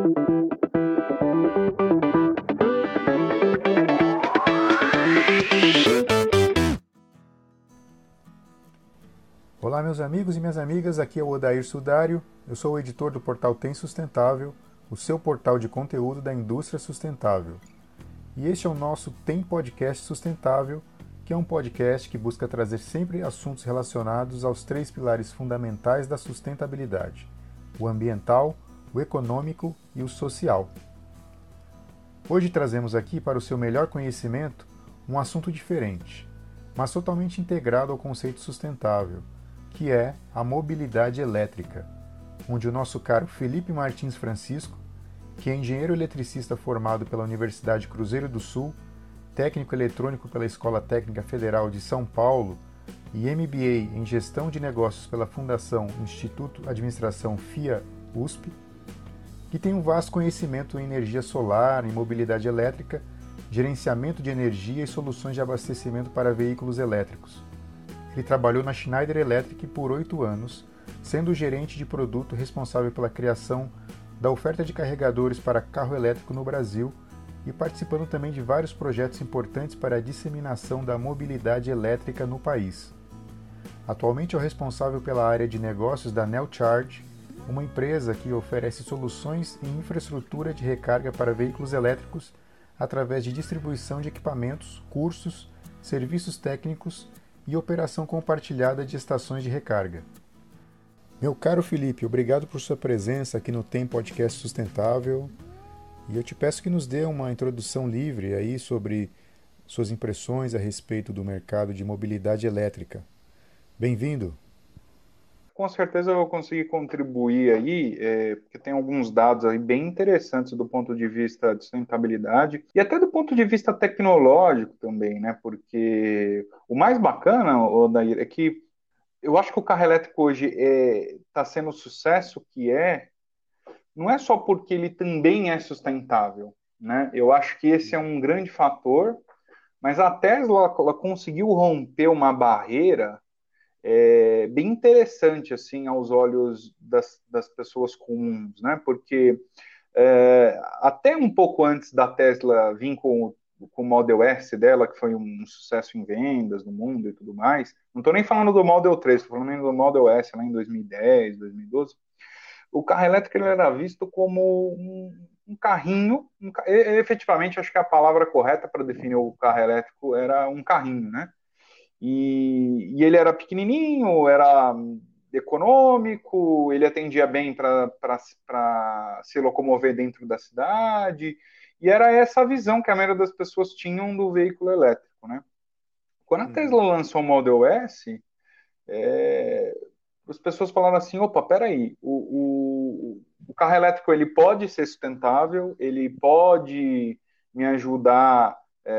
Olá, meus amigos e minhas amigas, aqui é o Odair Sudário, eu sou o editor do portal Tem Sustentável, o seu portal de conteúdo da indústria sustentável. E este é o nosso Tem Podcast Sustentável, que é um podcast que busca trazer sempre assuntos relacionados aos 3 pilares fundamentais da sustentabilidade: o ambiental, o econômico e o social. Hoje trazemos aqui para o seu melhor conhecimento um assunto diferente, mas totalmente integrado ao conceito sustentável, que é a mobilidade elétrica, onde o nosso caro Felipe Martins Francisco, que é engenheiro eletricista formado pela Universidade Cruzeiro do Sul, técnico eletrônico pela Escola Técnica Federal de São Paulo e MBA em Gestão de Negócios pela Fundação Instituto Administração FIA-USP, que tem um vasto conhecimento em energia solar, em mobilidade elétrica, gerenciamento de energia e soluções de abastecimento para veículos elétricos. Ele trabalhou na Schneider Electric por 8 anos, sendo gerente de produto responsável pela criação da oferta de carregadores para carro elétrico no Brasil e participando também de vários projetos importantes para a disseminação da mobilidade elétrica no país. Atualmente é o responsável pela área de negócios da Neocharge, uma empresa que oferece soluções em infraestrutura de recarga para veículos elétricos através de distribuição de equipamentos, cursos, serviços técnicos e operação compartilhada de estações de recarga. Meu caro Felipe, obrigado por sua presença aqui no Tem Podcast Sustentável e eu te peço que nos dê uma introdução livre aí sobre suas impressões a respeito do mercado de mobilidade elétrica. Bem-vindo! Com certeza eu vou conseguir contribuir aí, porque tem alguns dados aí bem interessantes do ponto de vista de sustentabilidade e até do ponto de vista tecnológico também, né? Porque o mais bacana, Odair, é que eu acho que o carro elétrico hoje está sendo o sucesso que não é só porque ele também é sustentável, né? Eu acho que esse é um grande fator, mas a Tesla ela conseguiu romper uma barreira bem interessante assim aos olhos das pessoas comuns, né? Porque até um pouco antes da Tesla vir com o Model S dela, que foi um sucesso em vendas no mundo e tudo mais, não estou nem falando do Model 3, estou falando do Model S lá em 2010, 2012, o carro elétrico ele era visto como um carrinho, efetivamente acho que a palavra correta para definir o carro elétrico era um carrinho, né? E ele era pequenininho, era econômico, ele atendia bem para se locomover dentro da cidade, e era essa a visão que a maioria das pessoas tinham do veículo elétrico, né? Quando a Tesla lançou o Model S, as pessoas falaram assim, opa, peraí, o carro elétrico ele pode ser sustentável, ele pode me ajudar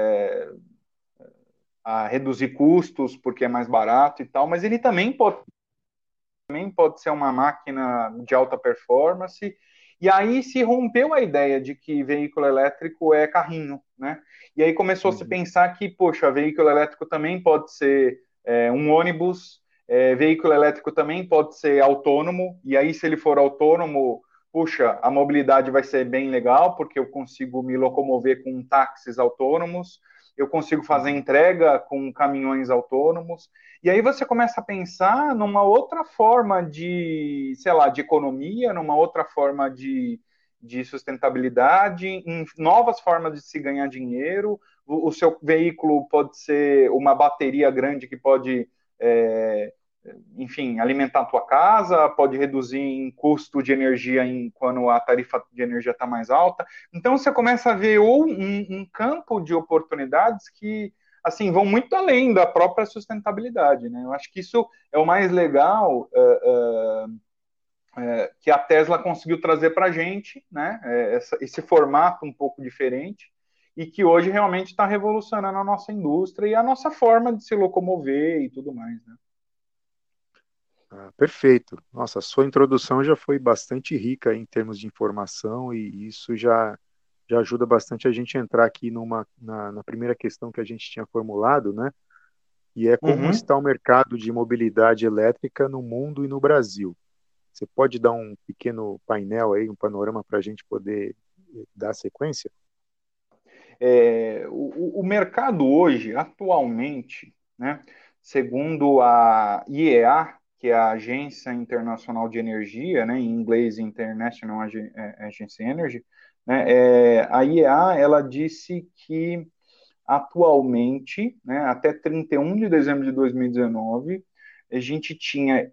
a reduzir custos porque é mais barato e tal, mas ele também pode ser uma máquina de alta performance. E aí se rompeu a ideia de que veículo elétrico é carrinho, né? E aí começou a se pensar que, poxa, veículo elétrico também pode ser um ônibus, veículo elétrico também pode ser autônomo, e aí se ele for autônomo, puxa, a mobilidade vai ser bem legal, porque eu consigo me locomover com táxis autônomos, eu consigo fazer entrega com caminhões autônomos, e aí você começa a pensar numa outra forma de, sei lá, de economia, numa outra forma de sustentabilidade, em novas formas de se ganhar dinheiro. O seu veículo pode ser uma bateria grande que pode, enfim, alimentar a tua casa, pode reduzir em custo de energia quando a tarifa de energia está mais alta. Então você começa a ver um campo de oportunidades que assim vão muito além da própria sustentabilidade, né? Eu acho que isso é o mais legal que a Tesla conseguiu trazer para a gente, né? Esse formato um pouco diferente e que hoje realmente está revolucionando a nossa indústria e a nossa forma de se locomover e tudo mais, né? Perfeito. Nossa, a sua introdução já foi bastante rica em termos de informação e isso já ajuda bastante a gente entrar aqui na primeira questão que a gente tinha formulado, né? E é como está o mercado de mobilidade elétrica no mundo e no Brasil. Você pode dar um pequeno painel aí, um panorama para a gente poder dar sequência? O mercado hoje, atualmente, né, segundo a IEA, que é a Agência Internacional de Energia, né, em inglês International Agency Energy, né, a IEA ela disse que atualmente, né, até 31 de dezembro de 2019, a gente tinha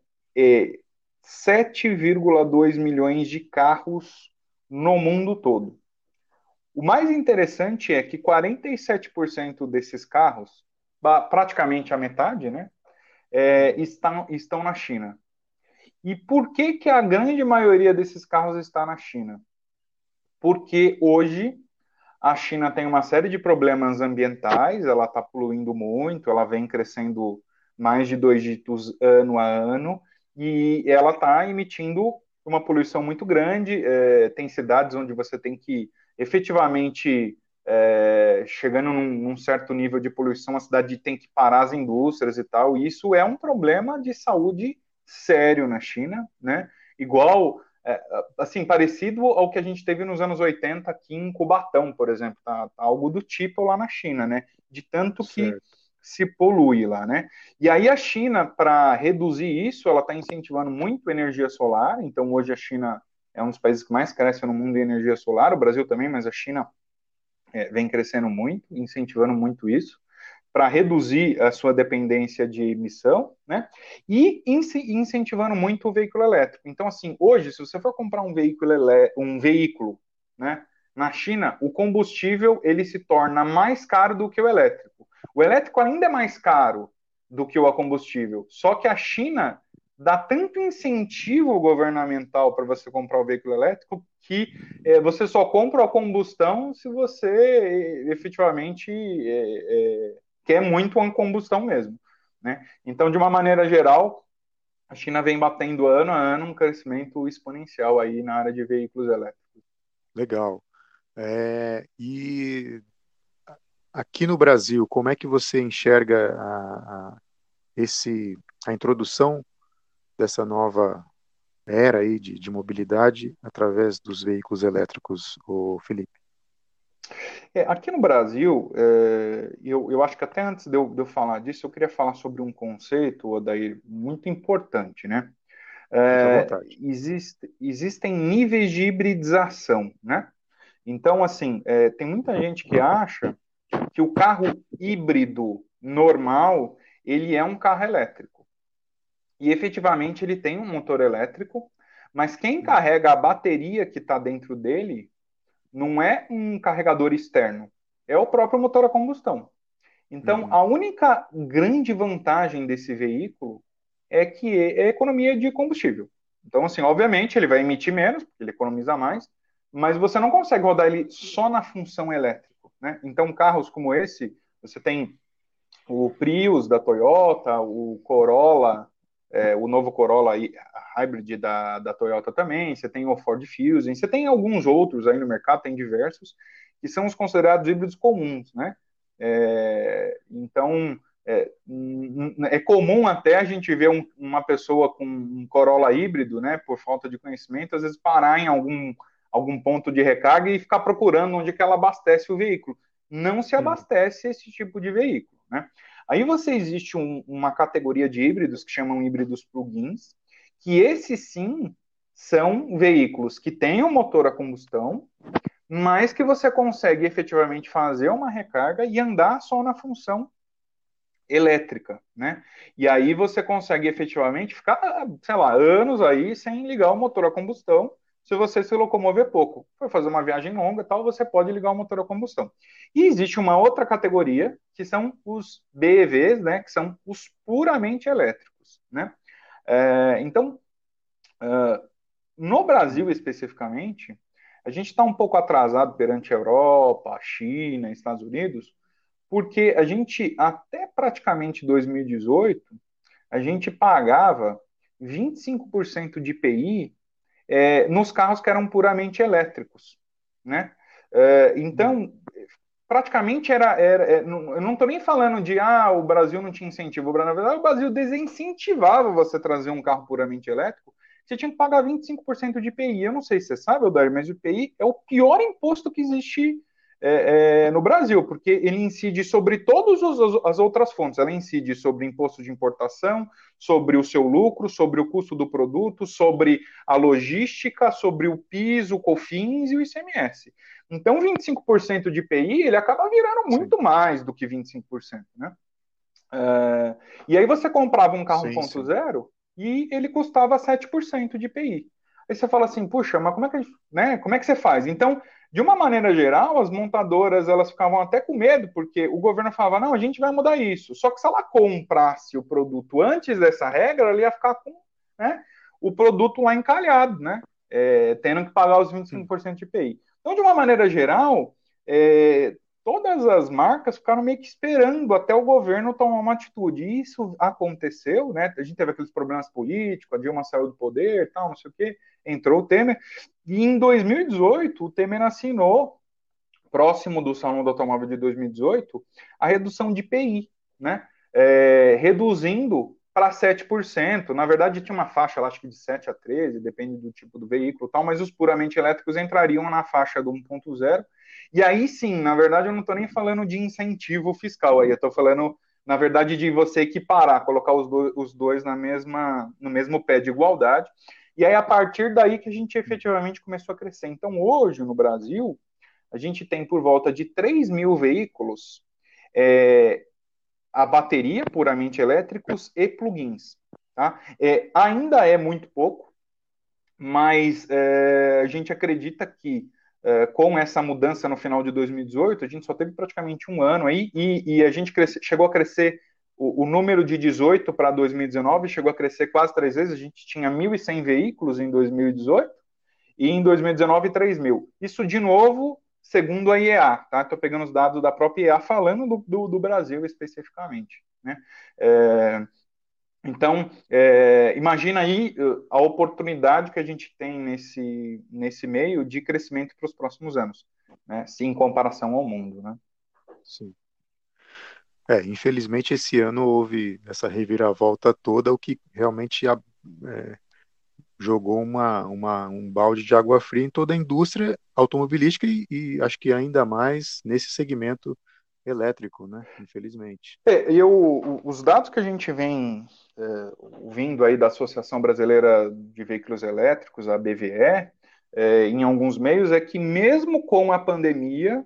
7,2 milhões de carros no mundo todo. O mais interessante é que 47% desses carros, praticamente a metade, né, estão na China. E por que, que a grande maioria desses carros está na China? Porque hoje a China tem uma série de problemas ambientais, ela está poluindo muito, ela vem crescendo mais de 2 dígitos ano a ano, e ela está emitindo uma poluição muito grande. Tem cidades onde você tem que efetivamente, chegando num certo nível de poluição, a cidade tem que parar as indústrias e tal, e isso é um problema de saúde sério na China, né? Igual assim, parecido ao que a gente teve nos anos 80 aqui em Cubatão, por exemplo, tá algo do tipo lá na China, né? De tanto que Certo. se polui lá, né? E aí a China, para reduzir isso, ela está incentivando muito energia solar. Então hoje a China é um dos países que mais cresce no mundo em energia solar, o Brasil também, mas a China vem crescendo muito, incentivando muito isso para reduzir a sua dependência de emissão, né? E incentivando muito o veículo elétrico. Então, assim, hoje, se você for comprar um veículo, né, na China, o combustível ele se torna mais caro do que o elétrico. O elétrico ainda é mais caro do que o combustível. Só que a China dá tanto incentivo governamental para você comprar o veículo elétrico que você só compra a combustão se você efetivamente quer muito uma combustão mesmo, né? Então, de uma maneira geral, a China vem batendo ano a ano um crescimento exponencial aí na área de veículos elétricos. Legal. E aqui no Brasil, como é que você enxerga a introdução dessa nova era aí de mobilidade através dos veículos elétricos, o Felipe? Aqui no Brasil, eu acho que até antes de eu falar disso, eu queria falar sobre um conceito, Odair, muito importante, né? Fique à vontade. Existem níveis de hibridização, né? Então, assim, tem muita gente que acha que o carro híbrido normal, ele é um carro elétrico. E efetivamente ele tem um motor elétrico, mas quem carrega a bateria que está dentro dele não é um carregador externo, é o próprio motor a combustão. Então, Uhum, a única grande vantagem desse veículo é que é a economia de combustível. Então, assim, obviamente ele vai emitir menos, porque ele economiza mais, mas você não consegue rodar ele só na função elétrica, né? Então, carros como esse, você tem o Prius da Toyota, o Corolla, o novo Corolla Hybrid da Toyota também, você tem o Ford Fusion, você tem alguns outros aí no mercado, tem diversos, que são os considerados híbridos comuns, né? Então, é comum até a gente ver uma pessoa com um Corolla híbrido, né, por falta de conhecimento, às vezes parar em algum ponto de recarga e ficar procurando onde que ela abastece o veículo. Não se uhum, abastece esse tipo de veículo, né? Aí você existe uma categoria de híbridos que chamam híbridos plug-ins, que esses sim são veículos que têm um motor a combustão, mas que você consegue efetivamente fazer uma recarga e andar só na função elétrica, né? E aí você consegue efetivamente ficar, sei lá, anos aí sem ligar o motor a combustão, se você se locomover pouco. For fazer uma viagem longa, tal, você pode ligar o motor a combustão. E existe uma outra categoria, que são os BEVs, né, que são os puramente elétricos, né? Então, no Brasil especificamente, a gente está um pouco atrasado perante a Europa, a China, Estados Unidos, porque a gente, até praticamente 2018, a gente pagava 25% de IPI nos carros que eram puramente elétricos, né? uhum. Então, praticamente eu não estou nem falando de o Brasil não tinha incentivo, na verdade o Brasil desincentivava você trazer um carro puramente elétrico você tinha que pagar 25% de IPI. Eu não sei se você sabe, Odair, mas o IPI é o pior imposto que existe no Brasil, porque ele incide sobre todas as outras fontes. Ela incide sobre imposto de importação, sobre o seu lucro, sobre o custo do produto, sobre a logística, sobre o PIS, o COFINS e o ICMS. Então, 25% de IPI, ele acaba virando Sim, muito mais do que 25%, né? E aí você comprava um carro sim, 1.0 sim. e ele custava 7% de IPI. Aí você fala assim, puxa, mas como é que você faz? Então, de uma maneira geral, as montadoras elas ficavam até com medo, porque o governo falava, não, a gente vai mudar isso. Só que se ela comprasse o produto antes dessa regra, ela ia ficar com, né, o produto lá encalhado, né? Tendo que pagar os Hum. 25% de IPI. Então, de uma maneira geral, é, todas as marcas ficaram meio que esperando até o governo tomar uma atitude. E isso aconteceu, né? A gente teve aqueles problemas políticos, a Dilma saiu do poder, tal, não sei o quê, entrou o Temer. E em 2018, o Temer assinou, próximo do Salão do Automóvel de 2018, a redução de IPI, né? Reduzindo para 7%. Na verdade, tinha uma faixa, acho que de 7 a 13, depende do tipo do veículo e tal, mas os puramente elétricos entrariam na faixa do 1.0. E aí sim, na verdade, eu não estou nem falando de incentivo fiscal, aí eu estou falando, na verdade, de você equiparar, colocar os dois no mesmo pé de igualdade. E aí, a partir daí que a gente efetivamente começou a crescer. Então, hoje, no Brasil, a gente tem por volta de 3 mil veículos é, a bateria puramente elétricos e plugins. Tá? Ainda é muito pouco, mas a gente acredita que com essa mudança no final de 2018, a gente só teve praticamente um ano aí e a gente chegou a crescer o número de 18 para 2019 chegou a crescer quase 3 vezes. A gente tinha 1.100 veículos em 2018 e em 2019 3 mil. Isso, de novo, segundo a IEA, tá? Estou pegando os dados da própria IEA falando do Brasil especificamente, né? Então, imagina aí a oportunidade que a gente tem nesse meio de crescimento para os próximos anos, né? Se em comparação ao mundo, né? Sim. Infelizmente esse ano houve essa reviravolta toda, o que realmente é, jogou um balde de água fria em toda a indústria automobilística e acho que ainda mais nesse segmento elétrico, né? Infelizmente. Os dados que a gente vem ouvindo aí da Associação Brasileira de Veículos Elétricos, a BVE, em alguns meios, é que mesmo com a pandemia,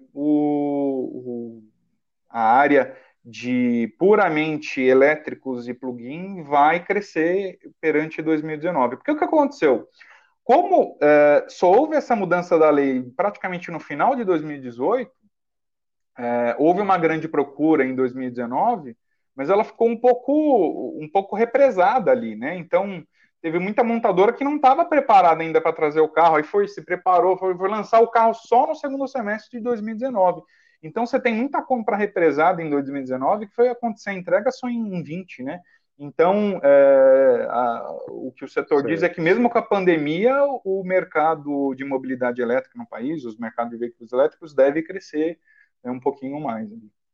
a área de puramente elétricos e plug-in vai crescer perante 2019. Porque o que aconteceu? Como só houve essa mudança da lei praticamente no final de 2018, houve uma grande procura em 2019, mas ela ficou um pouco represada ali, né? Então, teve muita montadora que não estava preparada ainda para trazer o carro, aí se preparou, foi lançar o carro só no segundo semestre de 2019. Então, você tem muita compra represada em 2019 que foi acontecer a entrega só em 20, né? Então, o que o setor diz é Certo, que mesmo com a certo. pandemia, o mercado de mobilidade elétrica no país, os mercados de veículos elétricos, deve crescer um pouquinho mais.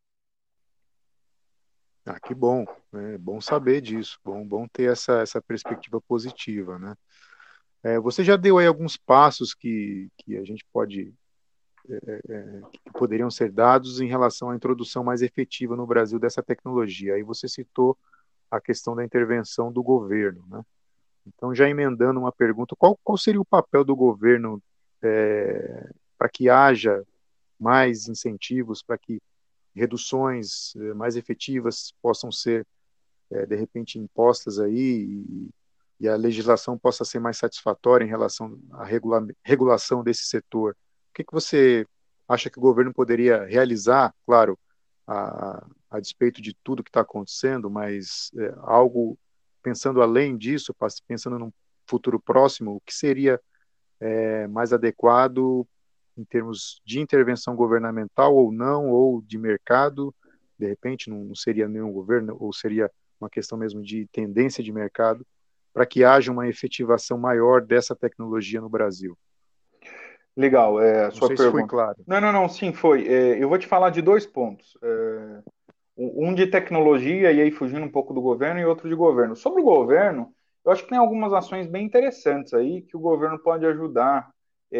Ah, que bom, é bom saber disso, bom ter essa perspectiva positiva, né? Você já deu aí alguns passos que a gente pode, que poderiam ser dados em relação à introdução mais efetiva no Brasil dessa tecnologia. Aí você citou a questão da intervenção do governo, né? Então, já emendando uma pergunta, qual seria o papel do governo para que haja mais incentivos, para que reduções mais efetivas possam ser, de repente, impostas aí e a legislação possa ser mais satisfatória em relação à regulação desse setor? O que você acha que o governo poderia realizar, claro, a despeito de tudo que está acontecendo, mas algo pensando além disso, pensando num futuro próximo, o que seria mais adequado em termos de intervenção governamental ou não, ou de mercado, de repente não seria nenhum governo, ou seria uma questão mesmo de tendência de mercado, para que haja uma efetivação maior dessa tecnologia no Brasil. Legal, a Não sua sei se foi pergunta. claro. Não, não, não, sim, foi. Eu vou te falar de dois pontos. Um de tecnologia, e aí fugindo um pouco do governo, e outro de governo. Sobre o governo, Eu acho que tem algumas ações bem interessantes aí que o governo pode ajudar.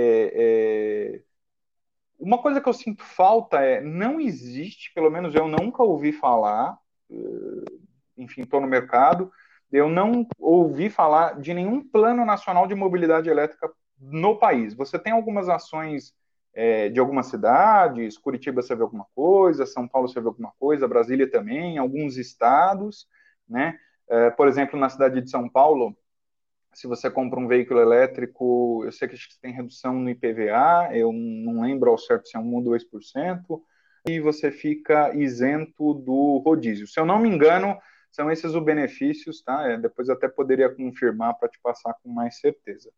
Uma coisa que eu sinto falta não existe, pelo menos eu nunca ouvi falar, enfim, estou no mercado, eu não ouvi falar de nenhum plano nacional de mobilidade elétrica no país. Você tem algumas ações de algumas cidades, Curitiba você vê alguma coisa, São Paulo você vê alguma coisa, Brasília também, alguns estados, né? Por exemplo, na cidade de São Paulo, se você compra um veículo elétrico, eu sei que tem redução no IPVA, eu não lembro ao certo se é 1 ou 2%, e você fica isento do rodízio. Se eu não me engano, são esses os benefícios, tá? Depois eu até poderia confirmar para te passar com mais certeza.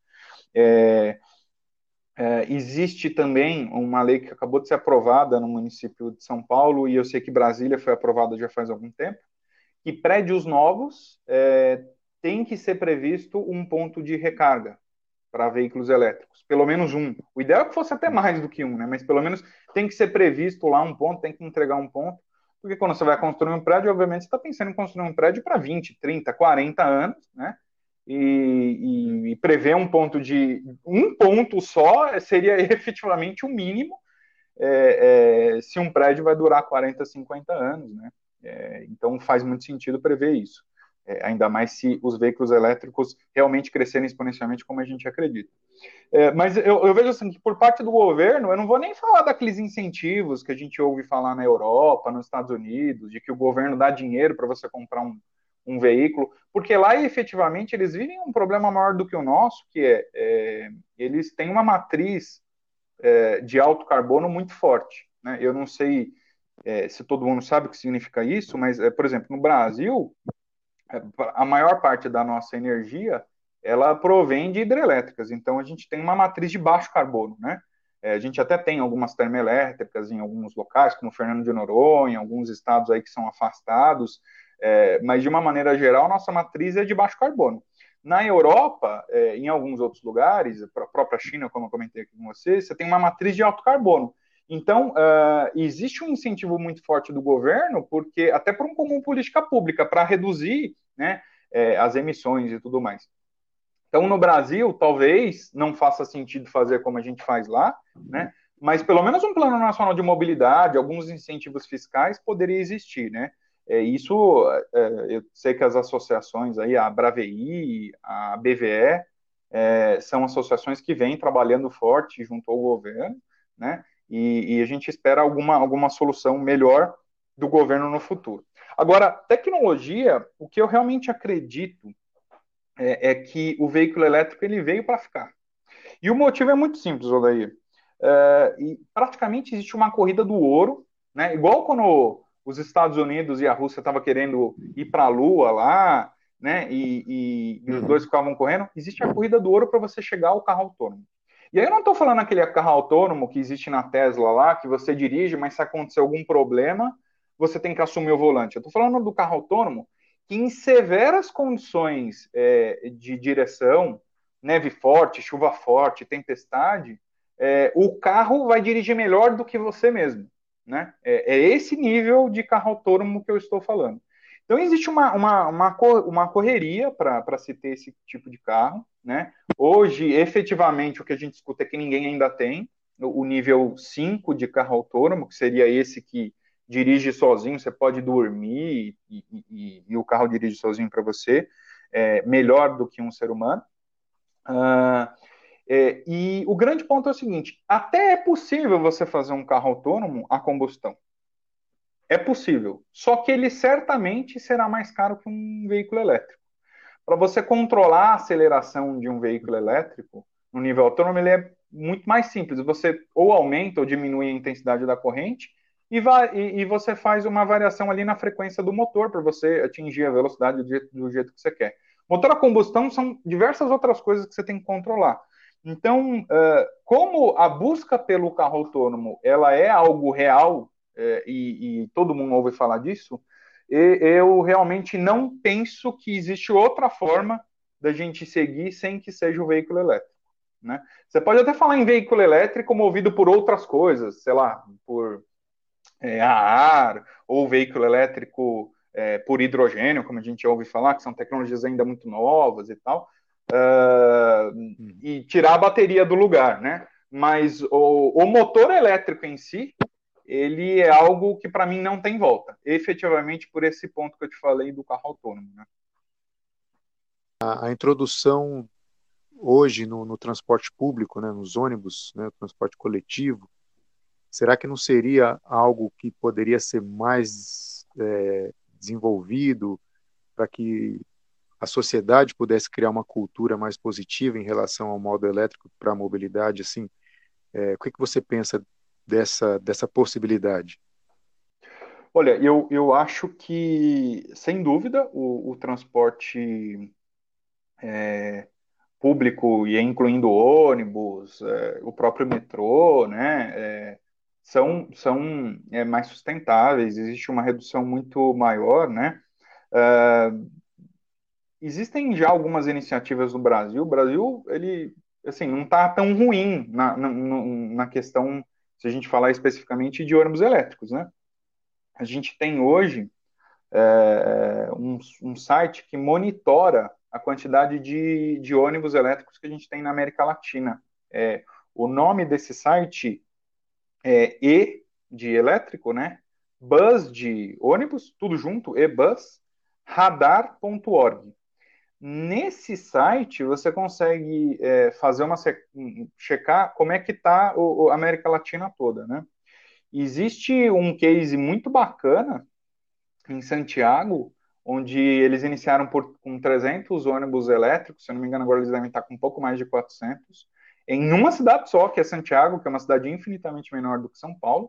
Existe também uma lei que acabou de ser aprovada no município de São Paulo, e eu sei que Brasília foi aprovada já faz algum tempo, que prédios novos tem que ser previsto um ponto de recarga para veículos elétricos, pelo menos um. O ideal é que fosse até mais do que um, né? Mas pelo menos tem que ser previsto lá um ponto, tem que entregar um ponto, porque quando você vai construir um prédio, obviamente você está pensando em construir um prédio para 20, 30, 40 anos, né? E prever um ponto de um ponto só seria efetivamente o mínimo se um prédio vai durar 40, 50 anos, né? Então faz muito sentido prever isso. Ainda mais se os veículos elétricos realmente crescerem exponencialmente como a gente acredita. Mas eu vejo assim que por parte do governo, eu não vou nem falar daqueles incentivos que a gente ouve falar na Europa, nos Estados Unidos, de que o governo dá dinheiro para você comprar um veículo, porque lá efetivamente eles vivem um problema maior do que o nosso, que eles têm uma matriz de alto carbono muito forte. Né? Eu não sei se todo mundo sabe o que significa isso, mas, por exemplo, no Brasil, a maior parte da nossa energia ela provém de hidrelétricas. Então, a gente tem uma matriz de baixo carbono, né? A gente até tem algumas termoelétricas em alguns locais, como Fernando de Noronha, alguns estados aí que são afastados, mas de uma maneira geral, nossa matriz é de baixo carbono. Na Europa, em alguns outros lugares, a própria China, como eu comentei aqui com você tem uma matriz de alto carbono. Então, existe um incentivo muito forte do governo, porque até por uma política pública, para reduzir, né, as emissões e tudo mais. Então, no Brasil, talvez não faça sentido fazer como a gente faz lá, né? Mas pelo menos um plano nacional de mobilidade, alguns incentivos fiscais poderia existir, né? Isso, eu sei que as associações aí, a Bravei, a BVE, são associações que vêm trabalhando forte junto ao governo, né? E a gente espera alguma solução melhor do governo no futuro. Agora, tecnologia, o que eu realmente acredito que o veículo elétrico ele veio para ficar. E o motivo é muito simples, Odair. E praticamente existe uma corrida do ouro, né? Igual quando os Estados Unidos e a Rússia estavam querendo ir para a Lua lá, né? E os dois ficavam correndo. Existe a corrida do ouro para você chegar ao carro autônomo. E aí eu não estou falando aquele carro autônomo que existe na Tesla lá, que você dirige, mas se acontecer algum problema, você tem que assumir o volante. Eu estou falando do carro autônomo que em severas condições de direção, neve forte, chuva forte, tempestade, o carro vai dirigir melhor do que você mesmo. Né? É esse nível de carro autônomo que eu estou falando. Então, existe uma correria para se ter esse tipo de carro. Né? Hoje, efetivamente, o que a gente escuta é que ninguém ainda tem o nível 5 de carro autônomo, que seria esse que dirige sozinho, você pode dormir e o carro dirige sozinho para você, melhor do que um ser humano. E o grande ponto é o seguinte: até é possível você fazer um carro autônomo a combustão. É possível. Só que ele certamente será mais caro que um veículo elétrico. Para você controlar a aceleração de um veículo elétrico no nível autônomo, ele é muito mais simples. Você ou aumenta ou diminui a intensidade da corrente e você faz uma variação ali na frequência do motor para você atingir a velocidade do jeito que você quer. Motor a combustão são diversas outras coisas que você tem que controlar. Então, como a busca pelo carro autônomo ela é algo real e todo mundo ouve falar disso, eu realmente não penso que existe outra forma da gente seguir sem que seja o veículo elétrico. Né? Você pode até falar em veículo elétrico movido por outras coisas, sei lá, por a ar, ou veículo elétrico por hidrogênio, como a gente ouve falar, que são tecnologias ainda muito novas e tal, Uhum. e tirar a bateria do lugar, né? Mas o motor elétrico em si, ele é algo que para mim não tem volta, efetivamente por esse ponto que eu te falei do carro autônomo, né? A introdução hoje no transporte público, né, nos ônibus, né, transporte coletivo, será que não seria algo que poderia ser mais desenvolvido para que a sociedade pudesse criar uma cultura mais positiva em relação ao modo elétrico para a mobilidade? Assim, o que você pensa dessa possibilidade? Olha, eu acho que, sem dúvida, o transporte público, e incluindo ônibus, o próprio metrô, né, são mais sustentáveis, existe uma redução muito maior, né? Existem já algumas iniciativas no Brasil. O Brasil, ele, assim, não está tão ruim na questão, se a gente falar especificamente de ônibus elétricos, né? A gente tem hoje um site que monitora a quantidade de ônibus elétricos que a gente tem na América Latina. O nome desse site é E de elétrico, né? Bus de ônibus, tudo junto, eBus, radar.org. Nesse site você consegue fazer checar como é que está a América Latina toda, né? Existe um case muito bacana em Santiago, onde eles iniciaram com 300 ônibus elétricos, se eu não me engano agora eles devem estar com um pouco mais de 400, em uma cidade só, que é Santiago, que é uma cidade infinitamente menor do que São Paulo.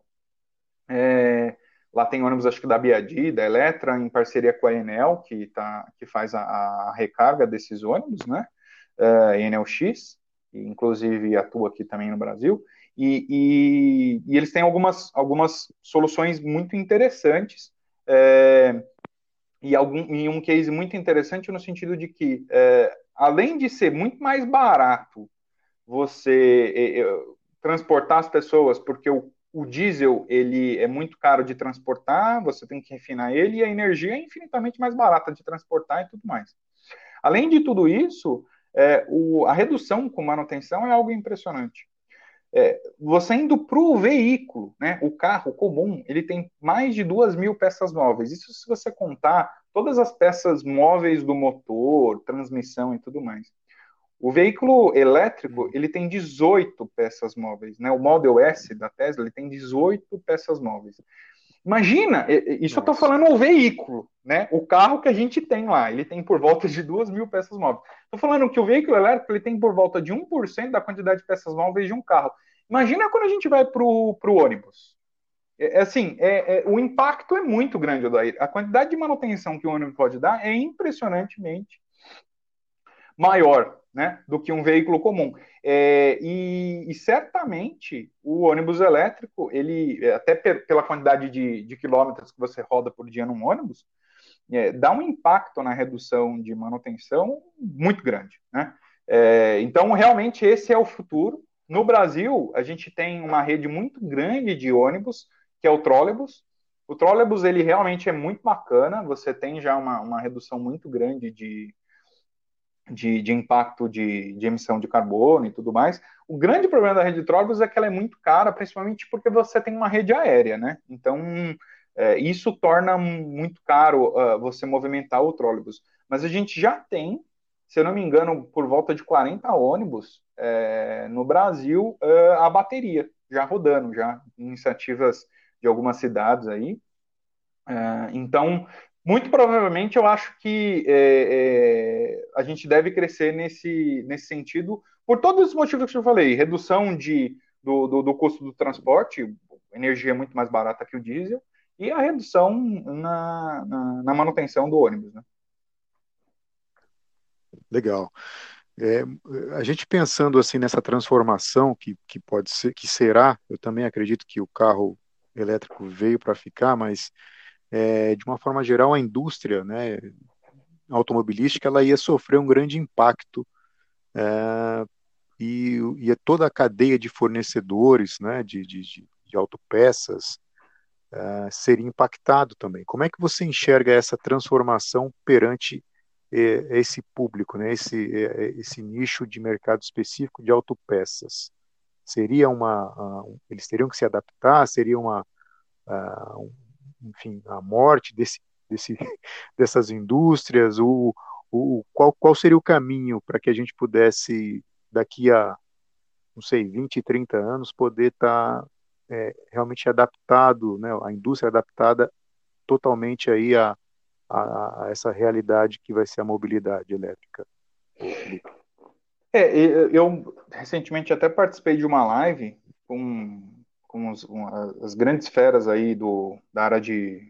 Lá tem ônibus, acho que da Biadi, da Eletra, em parceria com a Enel, que faz a recarga desses ônibus, né? Enel X, que inclusive atua aqui também no Brasil. E eles têm algumas soluções muito interessantes, é, e um case muito interessante no sentido de que, além de ser muito mais barato você transportar as pessoas, porque o diesel ele é muito caro de transportar, você tem que refinar ele, e a energia é infinitamente mais barata de transportar e tudo mais. Além de tudo isso, a redução com manutenção é algo impressionante. Você indo para o veículo, né, o carro comum, ele tem mais de 2.000 peças móveis. Isso se você contar todas as peças móveis do motor, transmissão e tudo mais. O veículo elétrico, Uhum. ele tem 18 peças móveis, né? O Model S da Tesla, ele tem 18 peças móveis. Imagina, isso eu estou Nossa. falando o veículo, né? O carro que a gente tem lá, ele tem por volta de 2.000 peças móveis. Estou falando que o veículo elétrico ele tem por volta de 1% da quantidade de peças móveis de um carro. Imagina quando a gente vai para o ônibus. Assim, o impacto é muito grande, Odair. A quantidade de manutenção que o ônibus pode dar é impressionantemente maior, né, do que um veículo comum. E certamente o ônibus elétrico, ele até pela quantidade de quilômetros que você roda por dia num ônibus, dá um impacto na redução de manutenção muito grande, né? Então, realmente, esse é o futuro. No Brasil, a gente tem uma rede muito grande de ônibus, que é o trólebus. O trólebus, ele realmente é muito bacana, você tem já uma redução muito grande de impacto de emissão de carbono e tudo mais. O grande problema da rede de trólebus é que ela é muito cara, principalmente porque você tem uma rede aérea, né? Então, isso torna muito caro você movimentar o trólebus. Mas a gente já tem, se eu não me engano, por volta de 40 ônibus no Brasil a bateria, já rodando, já iniciativas de algumas cidades aí. Então, muito provavelmente, eu acho que a gente deve crescer nesse sentido, por todos os motivos que eu falei: redução do custo do transporte, energia é muito mais barata que o diesel, e a redução na manutenção do ônibus, né? Legal. É, a gente pensando assim nessa transformação que pode ser, que será, eu também acredito que o carro elétrico veio para ficar, mas de uma forma geral a indústria, né, automobilística, ela ia sofrer um grande impacto, e toda a cadeia de fornecedores, né, de autopeças, seria impactado também. Como é que você enxerga essa transformação perante esse público, né? Esse nicho de mercado específico de autopeças? Seria eles teriam que se adaptar? Seria enfim, a morte desse, dessas indústrias? Qual seria o caminho para que a gente pudesse, daqui a, não sei, 20, 30 anos, poder estar realmente adaptado, né, a indústria adaptada totalmente aí a essa realidade que vai ser a mobilidade elétrica, ô Felipe? Eu recentemente até participei de uma live com as grandes feras aí da área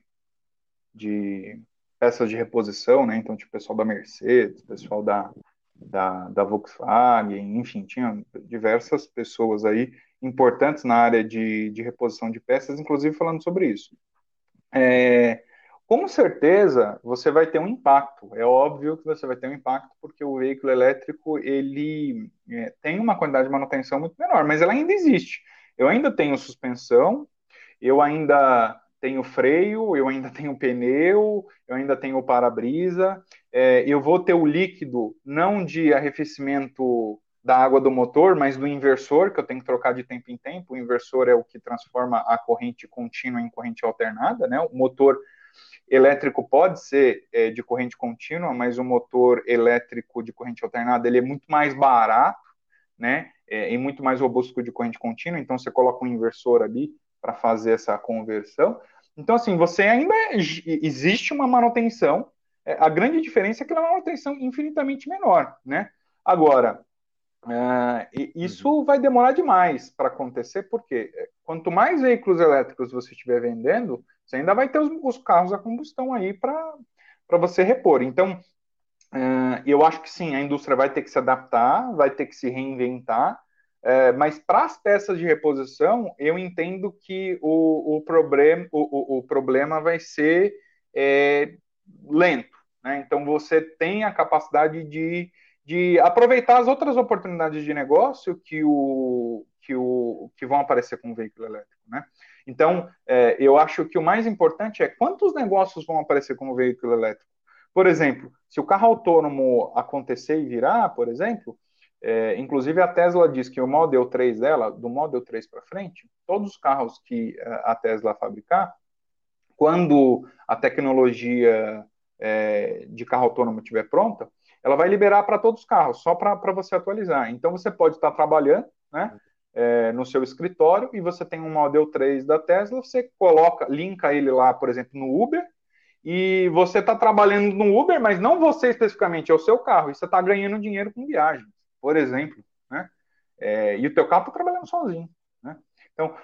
de peças de reposição, né? Então, tipo, pessoal da Mercedes, pessoal da Volkswagen, enfim, tinha diversas pessoas aí importantes na área de reposição de peças, inclusive falando sobre isso. É, com certeza você vai ter um impacto. É óbvio que você vai ter um impacto porque o veículo elétrico ele tem uma quantidade de manutenção muito menor, mas ela ainda existe. Eu ainda tenho suspensão, eu ainda tenho freio, eu ainda tenho pneu, eu ainda tenho para-brisa, eu vou ter o líquido não de arrefecimento da água do motor, mas do inversor, que eu tenho que trocar de tempo em tempo. O inversor é o que transforma a corrente contínua em corrente alternada, né? O motor elétrico pode ser de corrente contínua, mas o motor elétrico de corrente alternada ele é muito mais barato, né? E muito mais robusto que o de corrente contínua. Então você coloca um inversor ali para fazer essa conversão. Então assim, você ainda existe uma manutenção. A grande diferença é que ela é uma manutenção infinitamente menor, né? Agora, Uhum. isso vai demorar demais para acontecer, porque quanto mais veículos elétricos você estiver vendendo, você ainda vai ter os carros a combustão aí para você repor. Então, eu acho que sim, a indústria vai ter que se adaptar, vai ter que se reinventar, mas para as peças de reposição, eu entendo que o problema vai ser é, lento. Né? Então, você tem a capacidade de aproveitar as outras oportunidades de negócio que vão aparecer com o veículo elétrico. Né? Então, eu acho que o mais importante é quantos negócios vão aparecer com o veículo elétrico. Por exemplo, se o carro autônomo acontecer e virar, por exemplo, inclusive a Tesla diz que o Model 3 dela, do Model 3 para frente, todos os carros que a Tesla fabricar, quando a tecnologia de carro autônomo estiver pronta, ela vai liberar para todos os carros, só para você atualizar. Então você pode estar trabalhando, né, no seu escritório e você tem um Model 3 da Tesla, você coloca, linka ele lá, por exemplo, no Uber, e você está trabalhando no Uber, mas não você especificamente, é o seu carro, e você está ganhando dinheiro com viagem, por exemplo, né? E o teu carro está trabalhando sozinho, né? Então,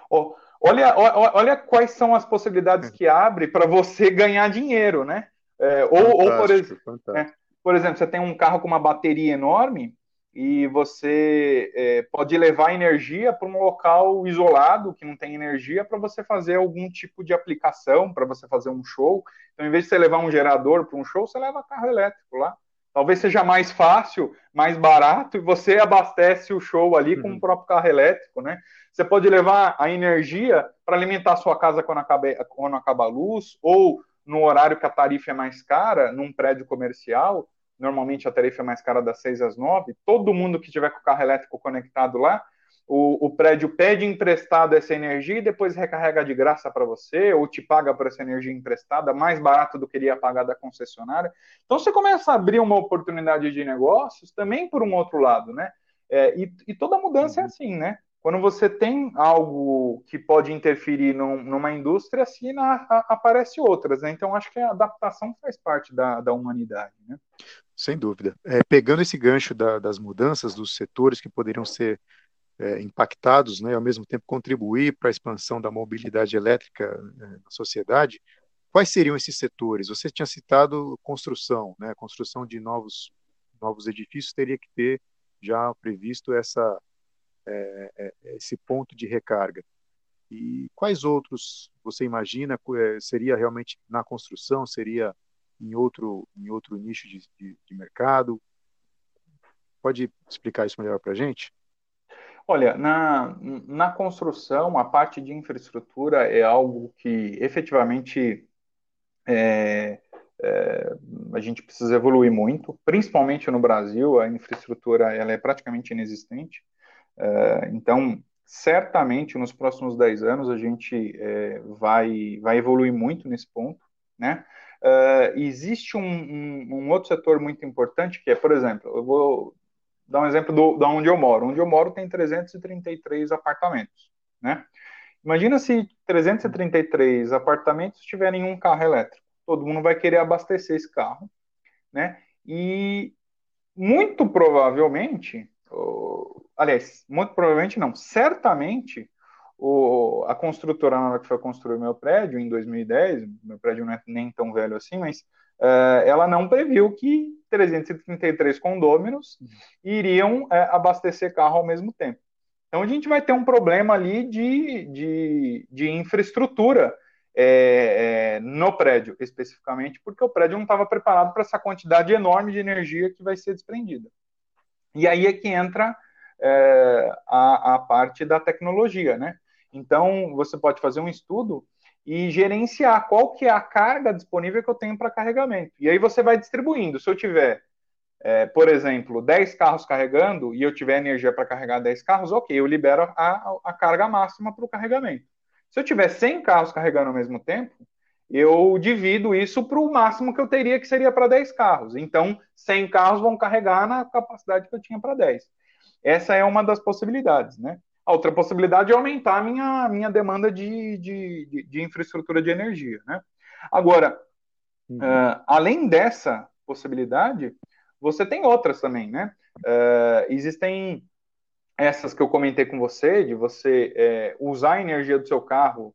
olha quais são as possibilidades que abre para você ganhar dinheiro, né? Ou Fantástico, fantástico. por exemplo, você tem um carro com uma bateria enorme e você pode levar energia para um local isolado que não tem energia para você fazer algum tipo de aplicação, para você fazer um show. Então, em vez de você levar um gerador para um show, você leva carro elétrico lá. Talvez seja mais fácil, mais barato, e você abastece o show ali com o Uhum. próprio carro elétrico, né? Você pode levar a energia para alimentar a sua casa quando acaba a luz, ou no horário que a tarifa é mais cara, num prédio comercial, normalmente a tarifa é mais cara das 6 às 9, todo mundo que tiver com o carro elétrico conectado lá, o prédio pede emprestado essa energia e depois recarrega de graça para você, ou te paga por essa energia emprestada, mais barato do que ele ia pagar da concessionária. Então você começa a abrir uma oportunidade de negócios também por um outro lado, né? E toda mudança é Uhum. assim, né? Quando você tem algo que pode interferir numa indústria, assim aparece outras, né? Então acho que a adaptação faz parte da humanidade, né? Sem dúvida. Pegando esse gancho das mudanças dos setores que poderiam ser impactados, né, e ao mesmo tempo contribuir para a expansão da mobilidade elétrica na sociedade, quais seriam esses setores? Você tinha citado construção, né? A construção de novos edifícios teria que ter já previsto esse ponto de recarga. E quais outros você imagina seria realmente na construção, seria em outro nicho de mercado? Pode explicar isso melhor para a gente? Olha, na construção, a parte de infraestrutura é algo que efetivamente é, é, a gente precisa evoluir muito, principalmente no Brasil, a infraestrutura ela é praticamente inexistente. Então, certamente nos próximos 10 anos a gente vai evoluir muito nesse ponto, né? Existe um outro setor muito importante que é, por exemplo, eu vou dar um exemplo da onde eu moro. Onde eu moro tem 333 apartamentos, né? Imagina se 333 apartamentos tiverem um carro elétrico. Todo mundo vai querer abastecer esse carro, né? E muito provavelmente, aliás, muito provavelmente não, certamente a construtora, na hora que foi construir o meu prédio, em 2010, meu prédio não é nem tão velho assim, mas ela não previu que 333 condôminos iriam abastecer carro ao mesmo tempo. Então a gente vai ter um problema ali de infraestrutura no prédio, especificamente, porque o prédio não estava preparado para essa quantidade enorme de energia que vai ser desprendida. E aí é que entra a parte da tecnologia, né? Então você pode fazer um estudo e gerenciar qual que é a carga disponível que eu tenho para carregamento. E aí você vai distribuindo. Se eu tiver por exemplo, 10 carros carregando e eu tiver energia para carregar 10 carros, ok, eu libero a carga máxima para o carregamento. Se eu tiver 100 carros carregando ao mesmo tempo, eu divido isso para o máximo que eu teria, que seria para 10 carros. Então, 100 carros vão carregar na capacidade que eu tinha para 10. Essa é uma das possibilidades, né? A outra possibilidade é aumentar a minha demanda de infraestrutura de energia, né? Agora, além dessa possibilidade, você tem outras também, né? Existem essas que eu comentei com você, de você usar a energia do seu carro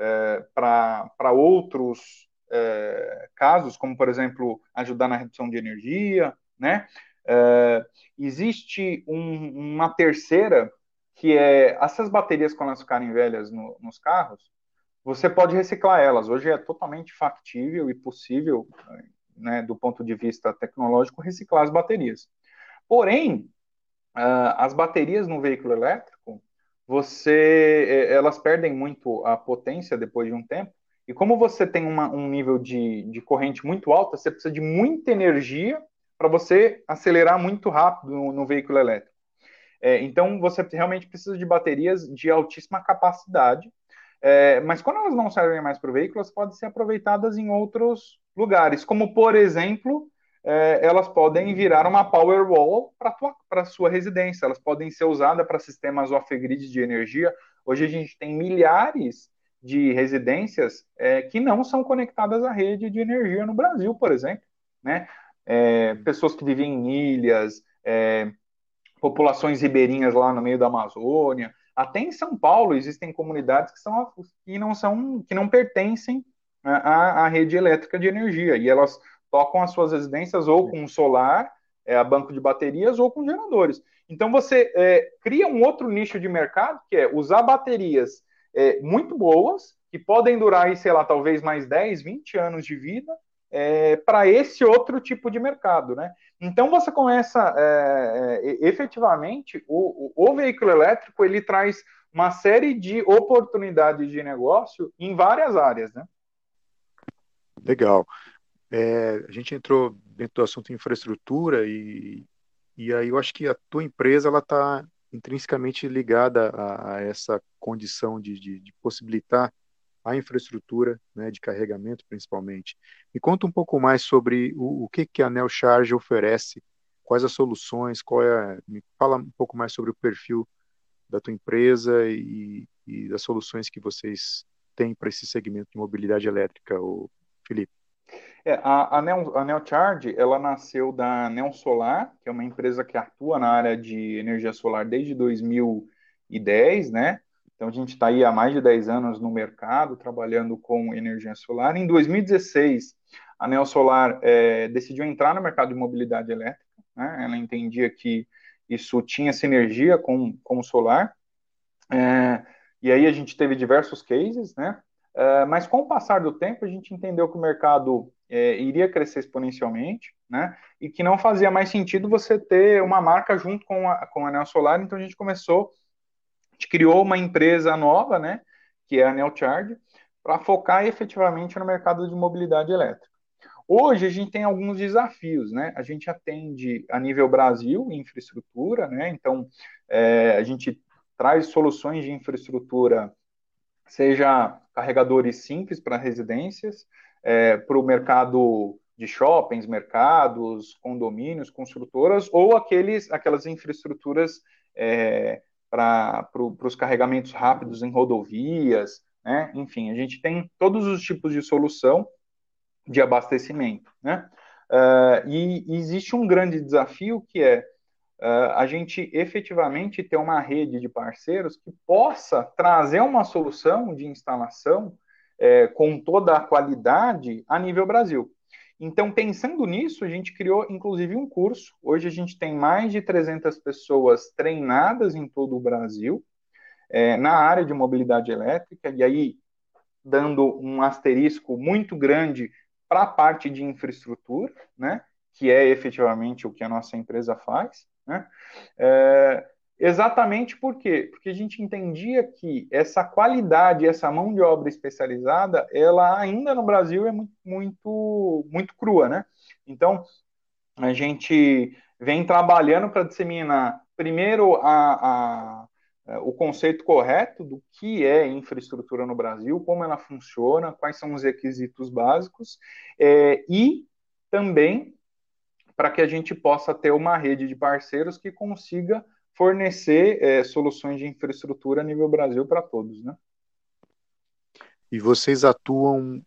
para outros casos, como, por exemplo, ajudar na redução de energia, né? Existe uma terceira, que é essas baterias, quando elas ficarem velhas nos carros, você pode reciclar elas. Hoje é totalmente factível e possível, né, do ponto de vista tecnológico, reciclar as baterias. Porém, as baterias no veículo elétrico, elas perdem muito a potência depois de um tempo. E como você tem um nível de corrente muito alta, você precisa de muita energia para você acelerar muito rápido no veículo elétrico. Então, você realmente precisa de baterias de altíssima capacidade, mas quando elas não servem mais para o veículo, elas podem ser aproveitadas em outros lugares, como, por exemplo, elas podem virar uma Powerwall para a sua residência, elas podem ser usadas para sistemas off-grid de energia. Hoje a gente tem milhares de residências que não são conectadas à rede de energia no Brasil, por exemplo, né? Pessoas que vivem em ilhas, populações ribeirinhas lá no meio da Amazônia. Até em São Paulo existem comunidades que não pertencem à rede elétrica de energia e elas tocam as suas residências ou com solar, a banco de baterias ou com geradores. Então você cria um outro nicho de mercado que é usar baterias muito boas que podem durar aí, sei lá, talvez mais 10, 20 anos de vida para esse outro tipo de mercado, né? Então você começa, efetivamente, o veículo elétrico ele traz uma série de oportunidades de negócio em várias áreas, né? Legal. A gente entrou dentro do assunto infraestrutura e aí eu acho que a tua empresa ela está intrinsecamente ligada a essa condição de possibilitar a infraestrutura, né, de carregamento principalmente. Me conta um pouco mais sobre o que a Neo Charge oferece, quais as soluções, me fala um pouco mais sobre o perfil da tua empresa e das soluções que vocês têm para esse segmento de mobilidade elétrica, o Felipe. A Neocharge, ela nasceu da Neo Solar, que é uma empresa que atua na área de energia solar desde 2010, né? Então a gente está aí há mais de 10 anos no mercado, trabalhando com energia solar. Em 2016, a Neo Solar decidiu entrar no mercado de mobilidade elétrica, né? Ela entendia que isso tinha sinergia com o solar. E aí a gente teve diversos cases, né? Mas com o passar do tempo, a gente entendeu que o mercado iria crescer exponencialmente, né? E que não fazia mais sentido você ter uma marca junto com a Neo Solar, então a gente começou gente criou uma empresa nova, né, que é a Neocharge, para focar efetivamente no mercado de mobilidade elétrica. Hoje a gente tem alguns desafios, né? A gente atende a nível Brasil, infraestrutura, né? Então a gente traz soluções de infraestrutura, seja carregadores simples para residências, para o mercado de shoppings, mercados, condomínios, construtoras, ou aquelas infraestruturas para os carregamentos rápidos em rodovias, né? Enfim, a gente tem todos os tipos de solução de abastecimento, né? E existe um grande desafio que é a gente efetivamente ter uma rede de parceiros que possa trazer uma solução de instalação com toda a qualidade a nível Brasil. Então, pensando nisso, a gente criou inclusive um curso. Hoje a gente tem mais de 300 pessoas treinadas em todo o Brasil na área de mobilidade elétrica, e aí dando um asterisco muito grande para a parte de infraestrutura, né, que é efetivamente o que a nossa empresa faz, né, exatamente por quê? Porque a gente entendia que essa qualidade, essa mão de obra especializada, ela ainda no Brasil é muito crua, né? Então, a gente vem trabalhando para disseminar primeiro o conceito correto do que é infraestrutura no Brasil, como ela funciona, quais são os requisitos básicos, e também para que a gente possa ter uma rede de parceiros que consiga fornecer soluções de infraestrutura a nível Brasil para todos, né? E vocês atuam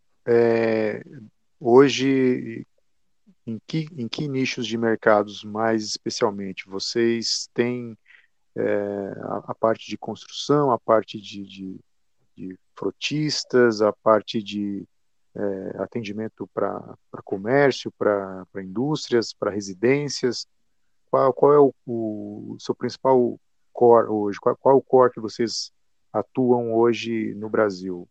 hoje em que nichos de mercados mais especialmente? Vocês têm a parte de construção, a parte de frotistas, a parte de atendimento para comércio, para indústrias, para residências. Qual é o seu principal core hoje? Qual é o core que vocês atuam hoje no Brasil?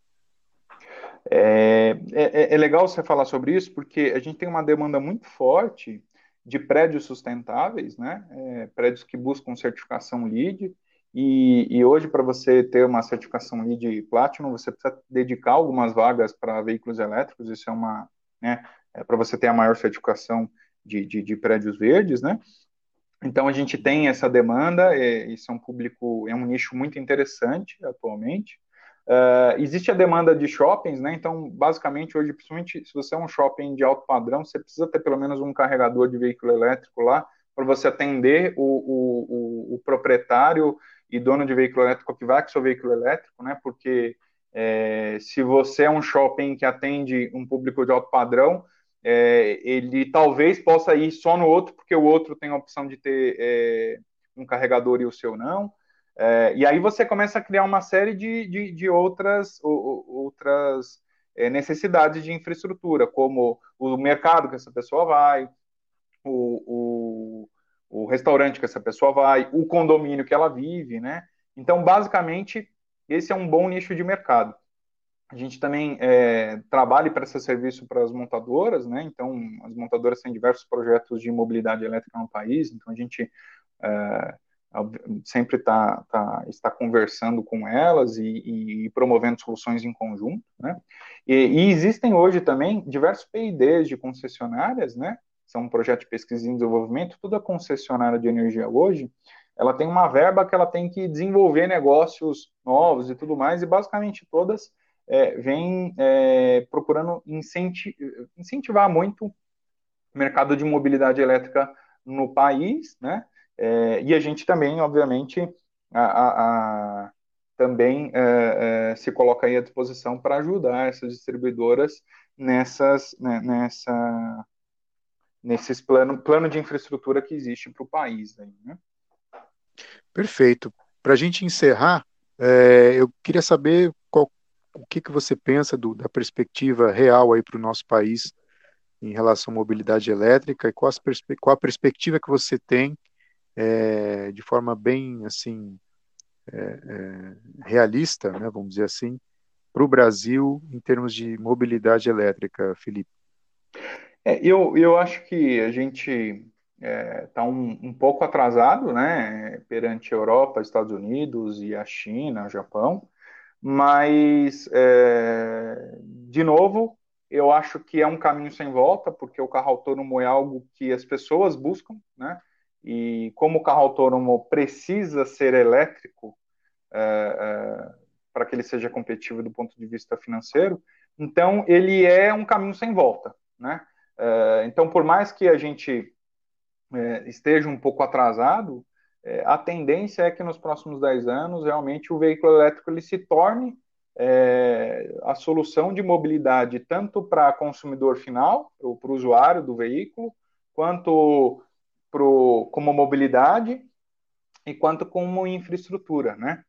É legal você falar sobre isso, porque a gente tem uma demanda muito forte de prédios sustentáveis, né? Prédios que buscam certificação LEED, e hoje, para você ter uma certificação LEED Platinum, você precisa dedicar algumas vagas para veículos elétricos, isso é uma, né, para você ter a maior certificação de prédios verdes, né? Então, a gente tem essa demanda, isso é um público, é um nicho muito interessante atualmente. Existe a demanda de shoppings, né? Então, basicamente, hoje, principalmente se você é um shopping de alto padrão, você precisa ter pelo menos um carregador de veículo elétrico lá para você atender o proprietário e dono de veículo elétrico que vai com seu veículo elétrico, né? Porque se você é um shopping que atende um público de alto padrão, ele talvez possa ir só no outro, porque o outro tem a opção de ter um carregador e o seu não. E aí você começa a criar uma série de outras necessidades de infraestrutura, como o mercado que essa pessoa vai, o, o restaurante que essa pessoa vai, o condomínio que ela vive, né? Então, basicamente, esse é um bom nicho de mercado. A gente também trabalha e presta serviço para as montadoras, né? Então, as montadoras têm diversos projetos de mobilidade elétrica no país, então a gente é, sempre está conversando com elas e promovendo soluções em conjunto, né? E existem hoje também diversos PIDs de concessionárias, né? São um projeto de pesquisa e desenvolvimento. Toda concessionária de energia hoje, ela tem uma verba que ela tem que desenvolver negócios novos e tudo mais, e basicamente todas vêm procurando incentivar muito o mercado de mobilidade elétrica no país, né? E a gente também, obviamente, também se coloca aí à disposição para ajudar essas distribuidoras nesses plano de infraestrutura que existe para o país. Aí, né? Perfeito. Para a gente encerrar, eu queria saber o que você pensa da perspectiva real aí para o nosso país em relação à mobilidade elétrica e qual a perspectiva que você tem de forma bem assim realista, né, vamos dizer assim, para o Brasil em termos de mobilidade elétrica, Felipe. Eu acho que a gente está um pouco atrasado, né, perante a Europa, Estados Unidos e a China, o Japão, mas, de novo, eu acho que é um caminho sem volta, porque o carro autônomo é algo que as pessoas buscam, né, e como o carro autônomo precisa ser elétrico, para que ele seja competitivo do ponto de vista financeiro, então ele é um caminho sem volta, né? Então, por mais que a gente esteja um pouco atrasado, a tendência é que nos próximos 10 anos, realmente, o veículo elétrico ele se torne a solução de mobilidade tanto para consumidor final, para o usuário do veículo, quanto como mobilidade e quanto como infraestrutura, né?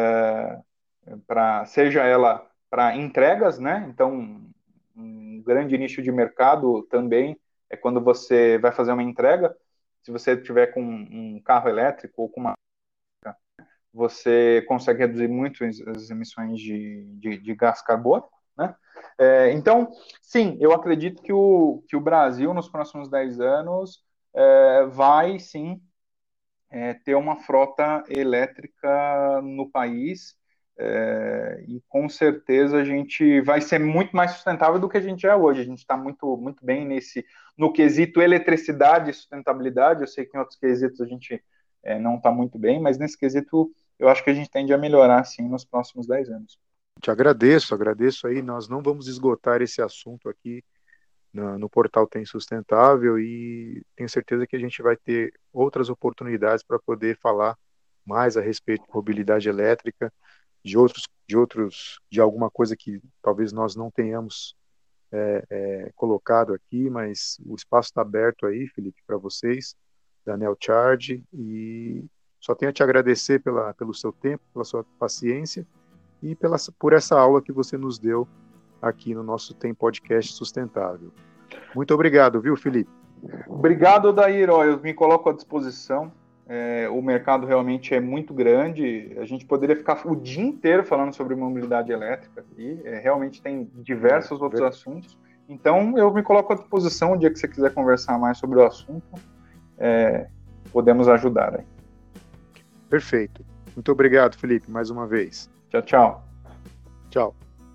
Seja ela para entregas, né? Então, um grande nicho de mercado também é quando você vai fazer uma entrega. Se você tiver com um carro elétrico ou com uma, você consegue reduzir muito as emissões de gás carbônico, né? Então, sim, eu acredito que o Brasil, nos próximos 10 anos, vai, sim, ter uma frota elétrica no país, e com certeza a gente vai ser muito mais sustentável do que a gente é hoje. A gente está muito, muito bem no quesito eletricidade e sustentabilidade. Eu sei que em outros quesitos a gente não está muito bem, mas nesse quesito eu acho que a gente tende a melhorar, sim, nos próximos 10 anos. Te agradeço aí. Nós não vamos esgotar esse assunto aqui no portal Tem Sustentável, e tenho certeza que a gente vai ter outras oportunidades para poder falar mais a respeito de mobilidade elétrica, de alguma coisa que talvez nós não tenhamos colocado aqui, mas o espaço está aberto aí, Felipe, para vocês, da Neo Charge, e só tenho a te agradecer pelo seu tempo, pela sua paciência e por essa aula que você nos deu aqui no nosso Tem Podcast Sustentável. Muito obrigado, viu, Felipe? Obrigado, Dair. Eu me coloco à disposição. O mercado realmente é muito grande. A gente poderia ficar o dia inteiro falando sobre mobilidade elétrica aqui. Realmente tem diversos outros assuntos. Então, eu me coloco à disposição. O dia que você quiser conversar mais sobre o assunto, podemos ajudar aí. Perfeito. Muito obrigado, Felipe, mais uma vez. Tchau, tchau. Tchau.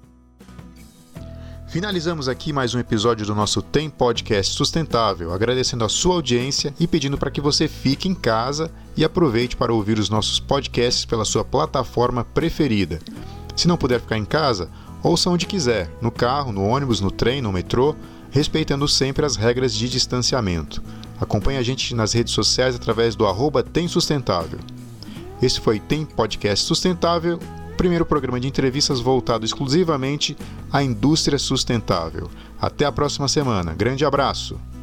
Finalizamos aqui mais um episódio do nosso Tem Podcast Sustentável, agradecendo a sua audiência e pedindo para que você fique em casa e aproveite para ouvir os nossos podcasts pela sua plataforma preferida. Se não puder ficar em casa, ouça onde quiser, no carro, no ônibus, no trem, no metrô, respeitando sempre as regras de distanciamento. Acompanhe a gente nas redes sociais através do @TemSustentável. Esse foi Tem Podcast Sustentável, primeiro programa de entrevistas voltado exclusivamente à indústria sustentável. Até a próxima semana. Grande abraço!